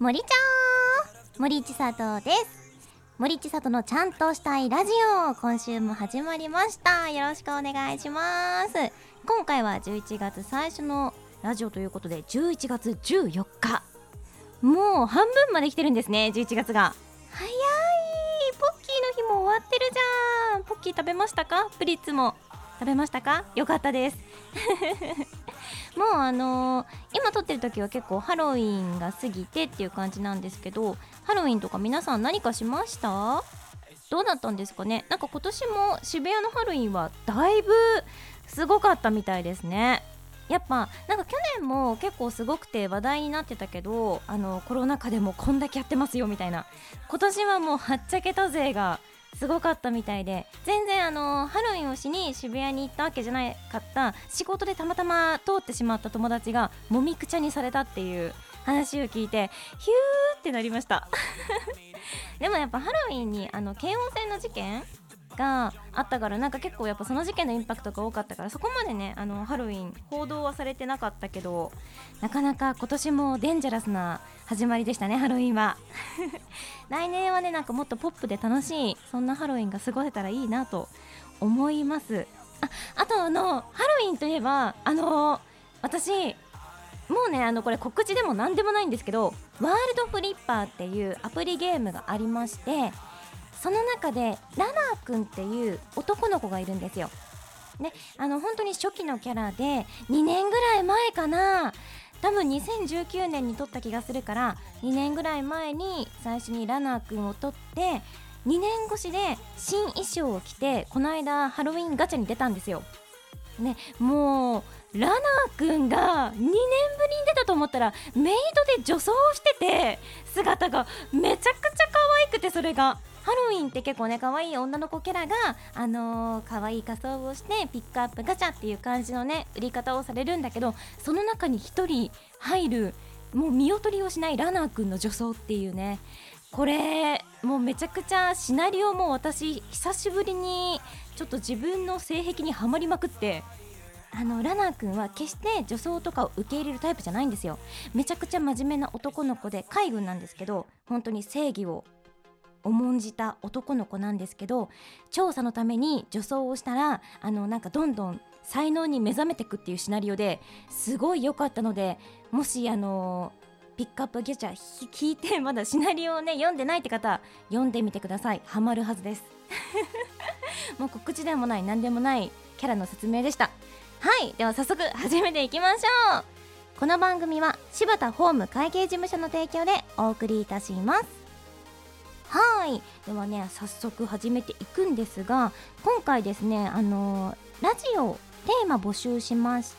森ちゃん、森千里です。森千里のちゃんとしたいラジオ、今週も始まりました。よろしくお願いします。今回は11月最初のラジオということで、11月14日、もう半分まで来てるんですね。11月が早い。ポッキーの日も終わってるじゃん。ポッキー食べましたか？プリッツも食べましたか？よかったですもう今撮ってる時は結構ハロウィンが過ぎてっていう感じなんですけど、ハロウィンとか皆さん何かしました？どうだったんですかね。なんか今年も渋谷のハロウィンはだいぶすごかったみたいですね。やっぱなんか去年も結構すごくて話題になってたけど、コロナ禍でもこんだけやってますよみたいな、今年はもうはっちゃけた勢がすごかったみたいで、全然ハロウィンをしに渋谷に行ったわけじゃなかった、仕事でたまたま通ってしまった友達がもみくちゃにされたっていう話を聞いてヒューってなりましたでもやっぱハロウィンに京王線の事件があったから、なんか結構やっぱその事件のインパクトが多かったから、そこまでねハロウィン報道はされてなかったけど、なかなか今年もデンジャラスな始まりでしたね、ハロウィンは来年はね、なんかもっとポップで楽しい、そんなハロウィンが過ごせたらいいなと思います。あとハロウィンといえば私もうねこれ告知でもなんでもないんですけど、ワールドフリッパーっていうアプリゲームがありまして、その中でラナーくんっていう男の子がいるんですよ。で本当に初期のキャラで、2年ぐらい前かな、多分2019年に撮った気がするから、2年ぐらい前に最初にラナーくんを撮って、2年越しで新衣装を着てこの間ハロウィンガチャに出たんですよね。もうラナーくんが2年ぶりに出たと思ったらメイドで女装してて、姿がめちゃくちゃ可愛くて、それがハロウィンって結構ね可愛い女の子キャラが可愛い仮装をしてピックアップガチャっていう感じのね売り方をされるんだけど、その中に1人入る、もう見劣りをしないラナーくんの女装っていうね、これもうめちゃくちゃシナリオも私久しぶりにちょっと自分の性癖にはまりまくって、ラナーくんは決して女装とかを受け入れるタイプじゃないんですよ。めちゃくちゃ真面目な男の子で、海軍なんですけど、本当に正義を重んじた男の子なんですけど、調査のために女装をしたらなんかどんどん才能に目覚めてくっていうシナリオですごい良かったので、もしピックアップギャチャ聞いてまだシナリオをね読んでないって方、読んでみてください。ハマるはずですもう告知でもない何でもないキャラの説明でした。はい、では早速始めていきましょう。この番組は柴田法務会計事務所の提供でお送りいたします。はい、ではね早速始めていくんですが、今回ですねラジオテーマ募集しまして、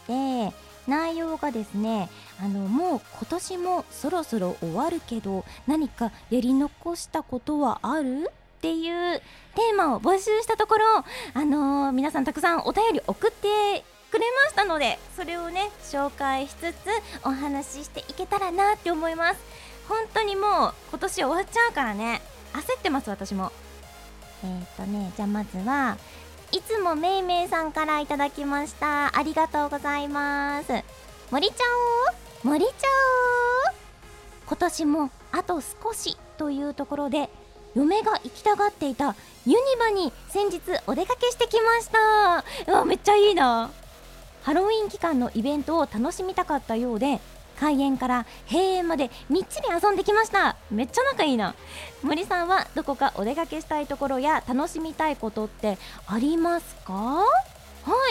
内容がですねもう今年もそろそろ終わるけど何かやり残したことはあるっていうテーマを募集したところ、皆さんたくさんお便り送ってくれましたので、それをね紹介しつつお話ししていけたらなって思います。本当にもう今年終わっちゃうからね、焦ってます私も。じゃあまずはいつもめいめいさんからいただきました。ありがとうございます。森ちゃお森ちゃお、今年もあと少しというところで、嫁が行きたがっていたユニバに先日お出かけしてきました。うわめっちゃいいな。ハロウィン期間のイベントを楽しみたかったようで、開園から閉園までみっちり遊んできました。めっちゃ仲いいな。森さんはどこかお出かけしたいところや楽しみたいことってありますか？はい、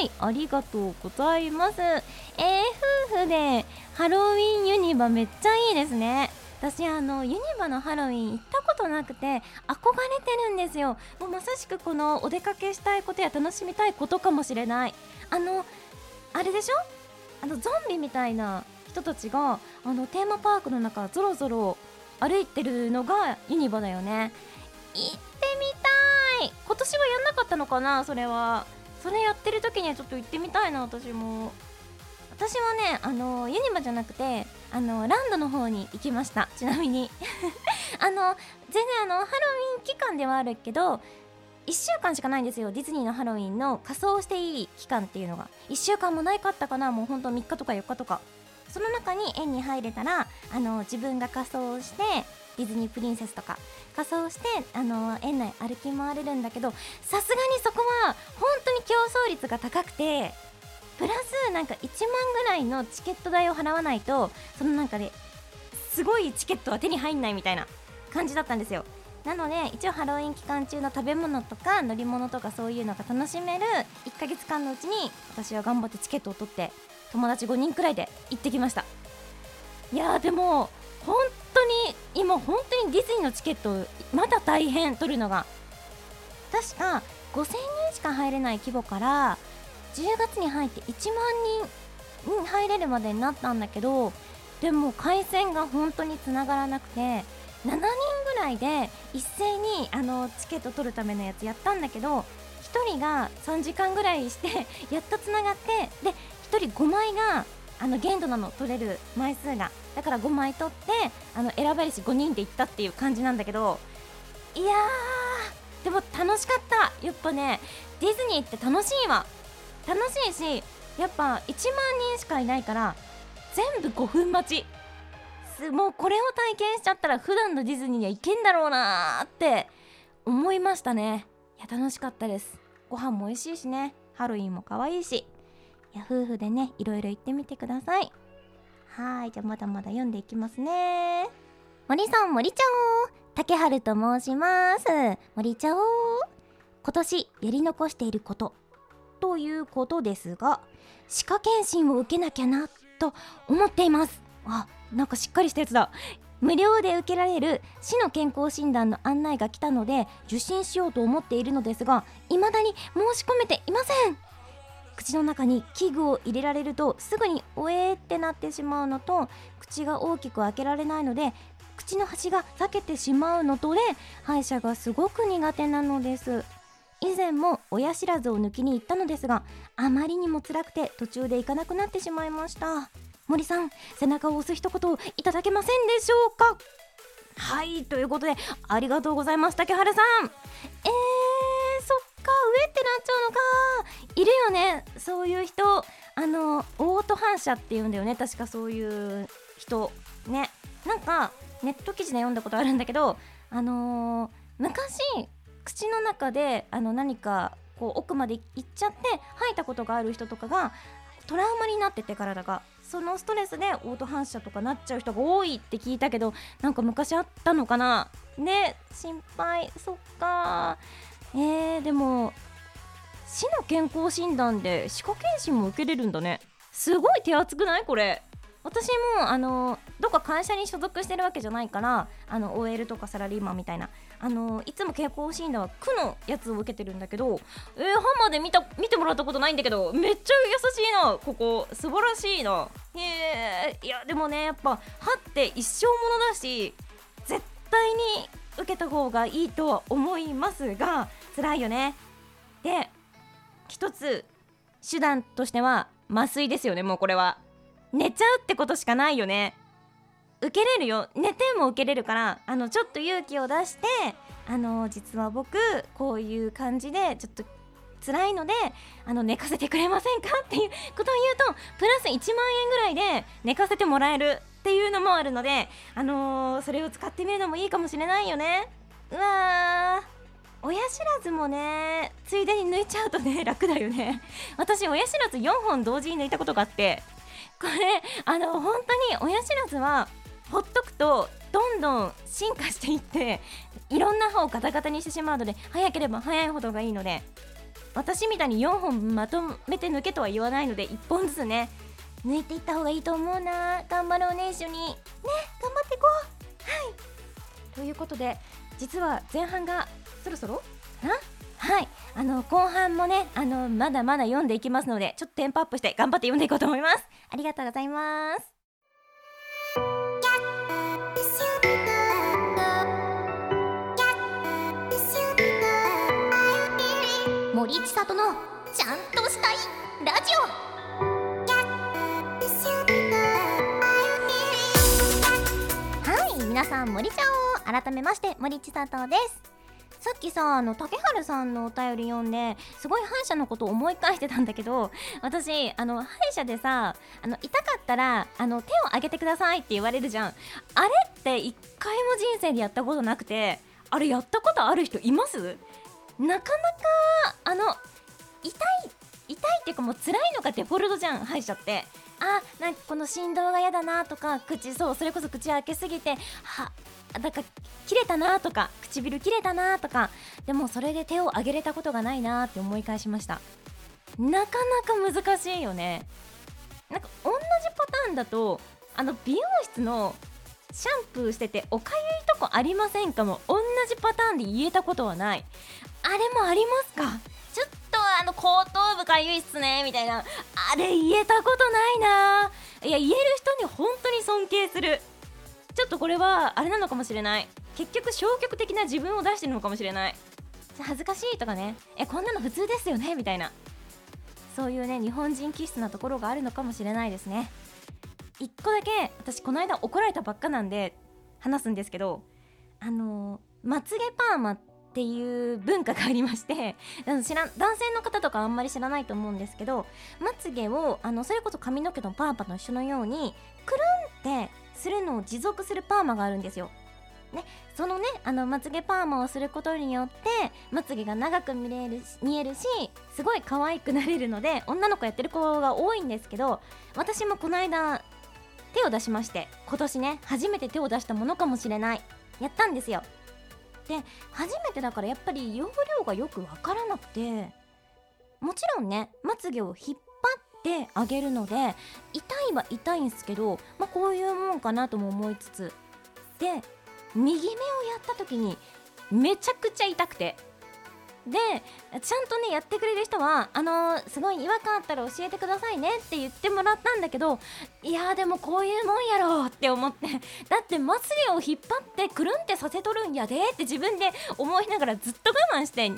ありがとうございます。夫婦でハロウィンユニバめっちゃいいですね。私ユニバのハロウィン行ったことなくて憧れてるんですよ。もうまさしくこのお出かけしたいことや楽しみたいことかもしれない。あれでしょ、ゾンビみたいな人たちがテーマパークの中ゾロゾロ歩いてるのがユニバだよね。行ってみたい。今年はやんなかったのかな。それやってる時にはちょっと行ってみたいな。私はねユニバじゃなくてランドの方に行きました。ちなみに全然ハロウィン期間ではあるけど1週間しかないんですよ。ディズニーのハロウィンの仮装していい期間っていうのが1週間もないかったかな。もうほんと3日とか4日とかその中に園に入れたら自分が仮装してディズニープリンセスとか仮装して園内歩き回れるんだけど、さすがにそこは本当に競争率が高くて、プラスなんか1万ぐらいのチケット代を払わないとそのなんかですごいチケットは手に入んないみたいな感じだったんですよ。なので一応ハロウィン期間中の食べ物とか乗り物とかそういうのが楽しめる1ヶ月間のうちに私は頑張ってチケットを取って友達5人くらいで行ってきました。いやーでも本当に今本当にディズニーのチケットまだ大変取るのが。確か5000人しか入れない規模から10月に入って1万人に入れるまでになったんだけど、でも回線が本当に繋がらなくて7人ぐらいで一斉にチケット取るためのやつやったんだけど、1人が3時間ぐらいしてやっとつながって、で1人5枚が限度なの、取れる枚数が。だから5枚取って選ばれし5人で行ったっていう感じなんだけど、いやーでも楽しかった。やっぱねディズニーって楽しいわ。楽しいし、やっぱ1万人しかいないから全部5分待ち。もうこれを体験しちゃったら普段のディズニーには行けんだろうなーって思いましたね。いや楽しかったです。ご飯も美味しいしね、ハロウィンも可愛いし、いや夫婦でねいろいろ行ってみてください。はい、じゃあまだまだ読んでいきますね。森さん、森ちゃお竹春と申します。森ちゃお今年やり残していることということですが、歯科検診を受けなきゃなと思っています。あ、なんかしっかりしたやつだ。無料で受けられる歯の健康診断の案内が来たので受診しようと思っているのですが、未だに申し込めていません。口の中に器具を入れられるとすぐにおえーってなってしまうのと、口が大きく開けられないので口の端が裂けてしまうのとで歯医者がすごく苦手なのです。以前も親知らずを抜きに行ったのですが、あまりにも辛くて途中で行かなくなってしまいました。森さん、背中を押す一言いただけませんでしょうか。はい、ということでありがとうございます竹原さん。そっか、上ってなっちゃうのか。いるよね、そういう人。オート反射っていうんだよね、確かそういう人ね。なんかネット記事で読んだことあるんだけど、昔口の中で何かこう奥まで行っちゃって吐いたことがある人とかがトラウマになってて、体がそのストレスでオート反射とかなっちゃう人が多いって聞いたけど、なんか昔あったのかなね、心配。そっか。でも歯の健康診断で歯科検診も受けれるんだね。すごい手厚くないこれ。私もどっか会社に所属してるわけじゃないから、OL とかサラリーマンみたいな、いつも健康診断は区のやつを受けてるんだけど、ハンマーで見てもらったことないんだけど、めっちゃ優しいな、ここ素晴らしいな。いやでもね、やっぱ歯って一生ものだし絶対に受けた方がいいとは思いますが、辛いよね。で一つ手段としては麻酔ですよね。もうこれは寝ちゃうってことしかないよね。受けれるよ、寝ても受けれるから、ちょっと勇気を出して、実は僕こういう感じでちょっと辛いので寝かせてくれませんかっていうことを言うと、プラス1万円ぐらいで寝かせてもらえるっていうのもあるので、それを使ってみるのもいいかもしれないよね。うわー、親知らずもね、ついでに抜いちゃうとね楽だよね。私親知らず4本同時に抜いたことがあって、これ本当に親知らずはほっとくとどんどん進化していっていろんな歯をガタガタにしてしまうので、早ければ早いほどがいいので、私みたいに4本まとめて抜けとは言わないので1本ずつね抜いていった方がいいと思うな。頑張ろうね、一緒にね、頑張っていこう。はい、ということで実は前半がそろそろはい、後半もねまだまだ読んでいきますので、ちょっとテンポアップして頑張って読んでいこうと思います。ありがとうございます。森千里のちゃんとしたいラジオ。はい、皆さん森ちゃんを改めまして森千里です。 さっきさ竹春さんのお便り読んですごい歯医者のことを思い返してたんだけど、私歯医者でさ痛かったら手を挙げてくださいって言われるじゃん。あれって一回も人生でやったことなくて、あれやったことある人います？なかなか痛いっていうかもう辛いのがデフォルトじゃん歯医者って。なんかこの振動が嫌だなとか、それこそ口開けすぎてだから切れたなとか唇切れたなとか、でもそれで手を挙げれたことがないなって思い返しました。なかなか難しいよね。なんか同じパターンだと美容室のシャンプーしてておかゆいとこありませんかも同じパターンで言えたことはない。あれもありますか？ちょっと後頭部かゆいっすねみたいな、あれ言えたことないな。いや言える人に本当に尊敬する。ちょっとこれはあれなのかもしれない。結局消極的な自分を出してるのかもしれない。恥ずかしいとかね、こんなの普通ですよねみたいな、そういうね日本人気質なところがあるのかもしれないですね。一個だけ私この間怒られたばっかなんで話すんですけど、まつげパーマっていう文化がありまして、男性の方とかあんまり知らないと思うんですけど、まつげをそれこそ髪の毛のパーマと一緒のようにくるんってするのを持続するパーマがあるんですよ。ね、そのねまつげパーマをすることによってまつげが長く見えるしすごい可愛くなれるので、女の子やってる子が多いんですけど、私もこの間手を出しまして、今年ね初めて手を出したものかもしれない、やったんですよ。で初めてだからやっぱり容量がよくわからなくて、もちろんねまつげを引っ張ってあげるので痛いは痛いんですけど、こういうもんかなとも思いつつ、で右目をやった時にめちゃくちゃ痛くて、でちゃんとねやってくれる人はすごい違和感あったら教えてくださいねって言ってもらったんだけど、いやでもこういうもんやろって思って、だってまつげを引っ張ってくるんってさせとるんやでって自分で思いながらずっと我慢して10分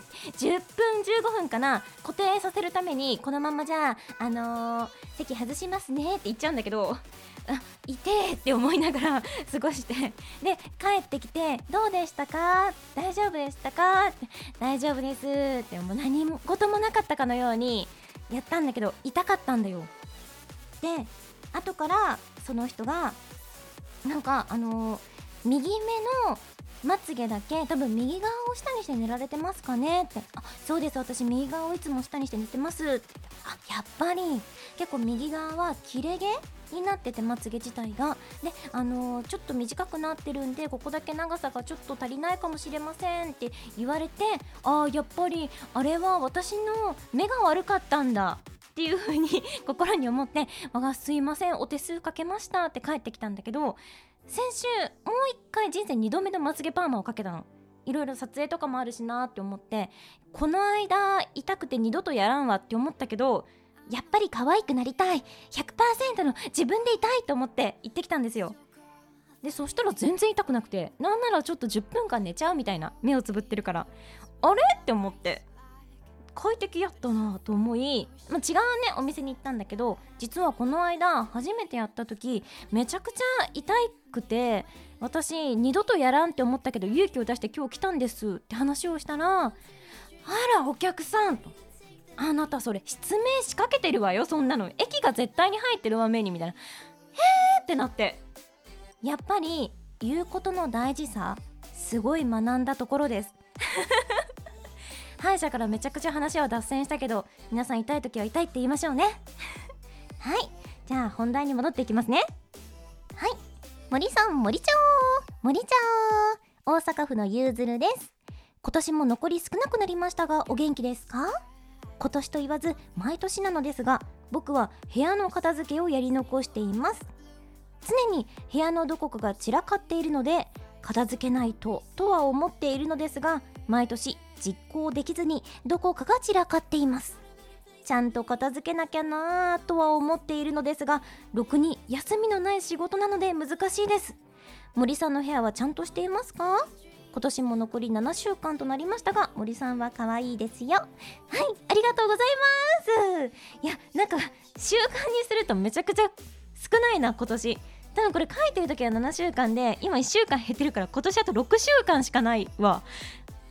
15分かな固定させるために、このままじゃあ席外しますねって言っちゃうんだけど、痛えって思いながら過ごして、で帰ってきてどうでしたか、大丈夫でしたかって、大丈夫ですってもう何事もなかったかのようにやったんだけど痛かったんだよ。で後からその人がなんか右目のまつげだけ多分右側を下にして寝られてますかねって、そうです私右側をいつも下にして寝てますって、やっぱり結構右側は切れ毛になっててまつげ自体がで、ちょっと短くなってるんでここだけ長さがちょっと足りないかもしれませんって言われて、やっぱりあれは私の目が悪かったんだっていう風に心に思って、すいませんお手数かけましたって帰ってきたんだけど、先週もう一回人生2度目のまつげパーマをかけたの。いろいろ撮影とかもあるしなって思って、この間痛くて二度とやらんわって思ったけど、やっぱり可愛くなりたい 100% の自分でいたいと思って行ってきたんですよ。でそしたら全然痛くなくて、なんならちょっと10分間寝ちゃうみたいな、目をつぶってるから、あれって思って快適やったなと思い、違うねお店に行ったんだけど、実はこの間初めてやった時めちゃくちゃ痛くて、私二度とやらんって思ったけど勇気を出して今日来たんですって話をしたら、あらお客さんと、あなたそれ失明仕掛けてるわよ、そんなの液が絶対に入ってるわ目にみたいな、ってなって、やっぱり言うことの大事さすごい学んだところです歯医者からめちゃくちゃ話は脱線したけど、皆さん痛い時は痛いって言いましょうねはい、じゃあ本題に戻っていきますね。はい、森さん森ちゃお大阪府のゆうずるです。今年も残り少なくなりましたがお元気ですか？今年と言わず毎年なのですが、僕は部屋の片付けをやり残しています。常に部屋のどこかが散らかっているので片付けないとは思っているのですが、毎年実行できずにどこかが散らかっています。ちゃんと片付けなきゃなぁとは思っているのですが、ろくに休みのない仕事なので難しいです。森さんの部屋はちゃんとしていますか？今年も残り7週間となりましたが、森さんは可愛いですよ。はい、ありがとうございます。いや、なんか習慣にするとめちゃくちゃ少ないな今年。多分これ書いてる時は7週間で今1週間減ってるから、今年あと6週間しかないわ。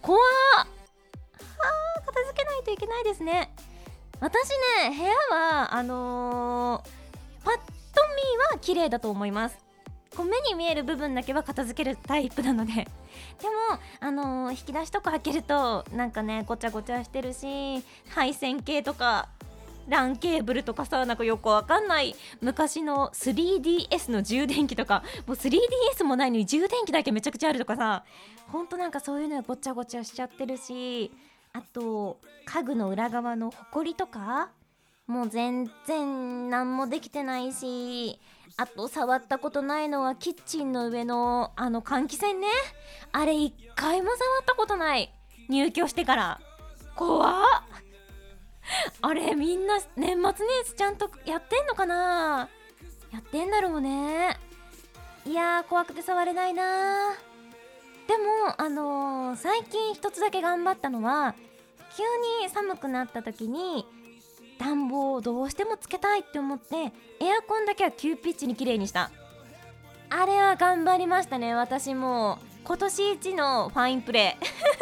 怖っ。片付けないといけないですね。私ね、部屋はパッと見は綺麗だと思います。こう目に見える部分だけは片付けるタイプなので。でも引き出しとか開けるとなんかねごちゃごちゃしてるし、配線系とかLAN ケーブルとかさ、なんかよくわかんない昔の 3DS の充電器とか、もう 3DS もないのに充電器だけめちゃくちゃあるとかさ、ほんとなんかそういうのごちゃごちゃしちゃってるし、あと家具の裏側のホコリとかもう全然何もできてないし、あと触ったことないのはキッチンの上の換気扇ね。あれ一回も触ったことない。入居してから怖っ。あれみんな年末年始ちゃんとやってんのかな。やってんだろうね。いやー怖くて触れないな。でも最近一つだけ頑張ったのは、急に寒くなった時に暖房をどうしてもつけたいって思ってエアコンだけは急ピッチに綺麗にした。あれは頑張りましたね。私も今年一のファインプレ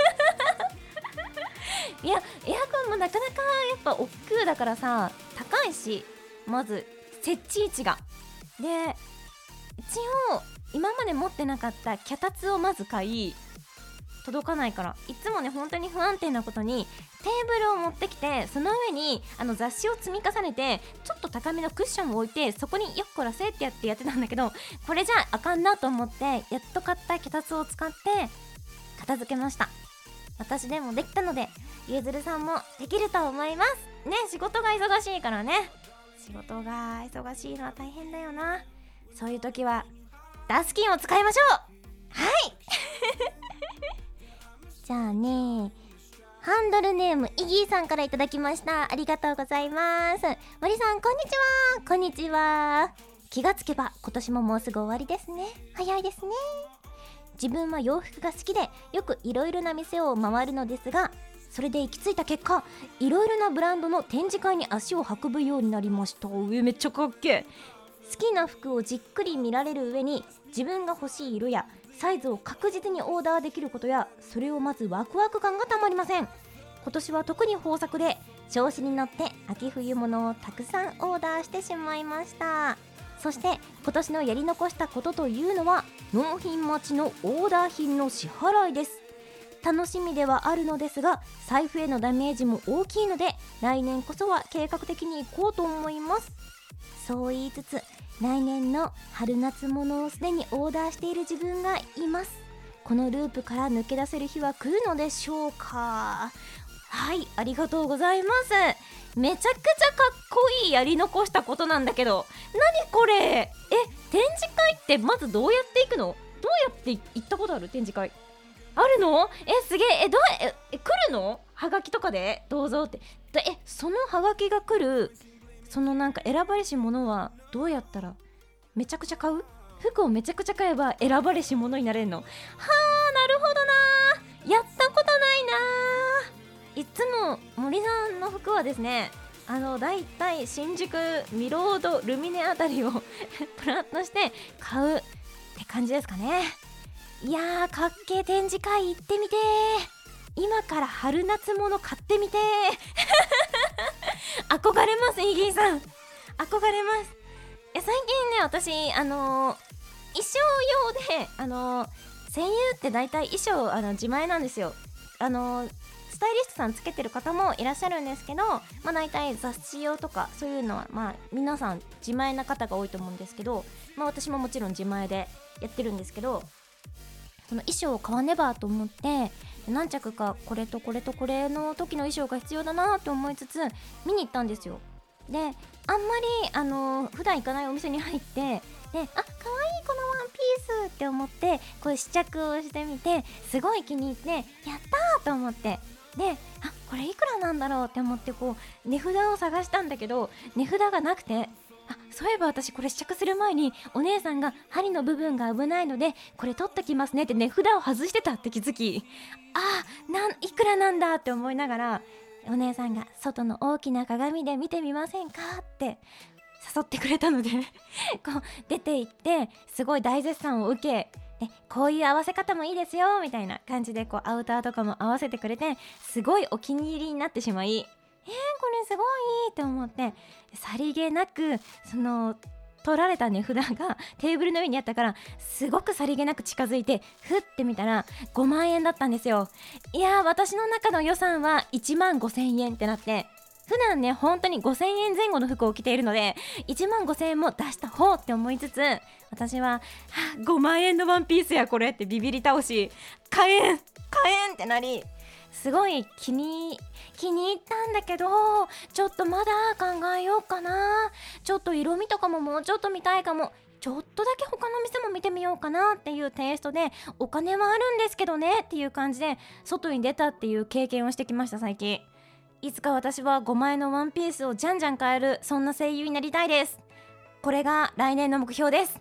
ーいやエアコンもなかなかやっぱ億劫だからさ、高いし、まず設置位置がで、一応今まで持ってなかった脚立をまず買い、届かないからいつもね本当に不安定なことにテーブルを持ってきて、その上に雑誌を積み重ねてちょっと高めのクッションを置いて、そこによっこらせってやってたんだけど、これじゃあかんなと思ってやっと買った脚立を使って片付けました。私でもできたのでゆずるさんもできると思いますね。仕事が忙しいからね。仕事が忙しいのは大変だよな。そういう時はダスキンを使いましょう。はいじゃあね、ハンドルネームイギーさんからいただきました。ありがとうございます。森さんこんにちは。こんにちは。気がつけば今年ももうすぐ終わりですね。早いですね。自分は洋服が好きでよくいろいろな店を回るのですが、それで行き着いた結果、いろいろなブランドの展示会に足を運ぶようになりました。めっちゃかっけー。好きな服をじっくり見られる上に、自分が欲しい色やサイズを確実にオーダーできることや、それをまずワクワク感がたまりません。今年は特に豊作で、調子に乗って秋冬物をたくさんオーダーしてしまいました。そして今年のやり残したことというのは、納品待ちのオーダー品の支払いです。楽しみではあるのですが、財布へのダメージも大きいので、来年こそは計画的に行こうと思います。そう言いつつ、来年の春夏物をすでにオーダーしている自分がいます。このループから抜け出せる日は来るのでしょうか。はい、ありがとうございます。めちゃくちゃかっこいいやり残したことなんだけど、何これ。展示会ってまずどうやって行くの？どうやって行ったことある？展示会あるの？すげえ。来るの？はがきとかでどうぞって。そのはがきが来る、そのなんか選ばれし者はどうやったら、めちゃくちゃ買う？服をめちゃくちゃ買えば選ばれし者になれるの？はあ、なるほどな。やったことないな。いつも森さんの服はですね、だいたい新宿ミロードルミネあたりをプラッとして買うって感じですかね。いやー、かっけー。展示会行ってみてー。今から春夏物買ってみてー憧れます、イギーさん。憧れます。最近ね、私衣装用で声優って大体衣装自前なんですよ。スタイリストさんつけてる方もいらっしゃるんですけど、大体雑誌用とかそういうのは皆さん自前な方が多いと思うんですけど、私ももちろん自前でやってるんですけど、その衣装を買わねばと思って何着かこれとこれとこれの時の衣装が必要だなと思いつつ見に行ったんですよ。で、あんまり普段行かないお店に入って、で、可愛いこのワンピースって思ってこれ試着をしてみて、すごい気に入ってやったーと思って、で、これいくらなんだろうって思ってこう値札を探したんだけど、値札がなくて、そういえば私これ試着する前にお姉さんが針の部分が危ないのでこれ取っときますねって値札を外してたって気づき、いくらなんだって思いながら、お姉さんが外の大きな鏡で見てみませんかって誘ってくれたのでこう出て行ってすごい大絶賛を受け、 こういう合わせ方もいいですよみたいな感じでこうアウターとかも合わせてくれて、すごいお気に入りになってしまい、これすごいって思って、さりげなくその取られた値札がテーブルの上にあったから、すごくさりげなく近づいてふってみたら5万円だったんですよ。いやー、私の中の予算は1万5,000円ってなって、普段ね本当に5,000円前後の服を着ているので、1万5,000円も出した方って思いつつ、私は、5万円のワンピースやこれってビビり倒し、買えんってなり、すごい気に入ったんだけど、ちょっとまだ考えようかな、ちょっと色味とかももうちょっと見たいかも、ちょっとだけ他の店も見てみようかなっていうテイストで、お金はあるんですけどねっていう感じで外に出たっていう経験をしてきました。最近いつか私は5万円のワンピースをじゃんじゃん買える、そんな声優になりたいです。これが来年の目標です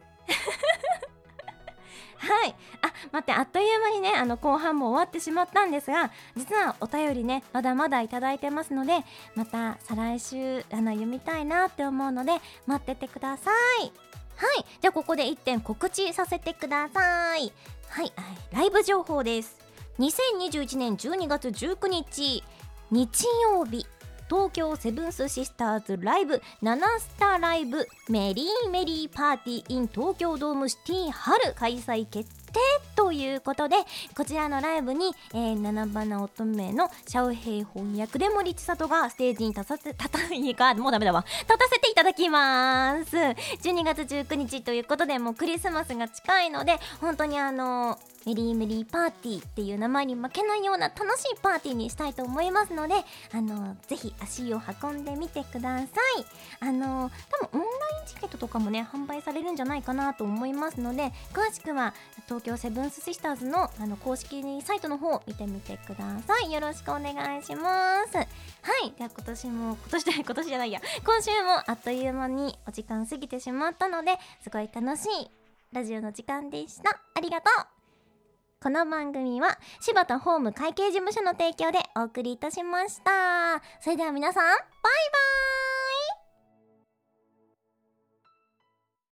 はい、待って、あっという間にね後半も終わってしまったんですが、実はお便りねまだまだいただいてますので、また再来週読みたいなって思うので待っててください。はい、じゃあここで1点告知させてください。はい、ライブ情報です。2021年12月19日日曜日、東京セブンスシスターズライブ7スタライブメリーメリーパーティー in 東京ドームシティ春開催決定ということで、こちらのライブに、七花乙女のシャオヘイ翻訳で森千里がステージに立たせていただきます。12月19日ということで、もうクリスマスが近いので、本当にメリーメリーパーティーっていう名前に負けないような楽しいパーティーにしたいと思いますので、ぜひ足を運んでみてください。多分オンラインチケットとかもね販売されるんじゃないかなと思いますので、詳しくは東京セブンスシスターズの公式サイトの方見てみてください。よろしくお願いします。はい、では今週もあっという間にお時間過ぎてしまったので、すごい楽しいラジオの時間でした。ありがとう。この番組は柴田ホーム会計事務所の提供でお送りいたしました。それでは皆さん、バイバーイ。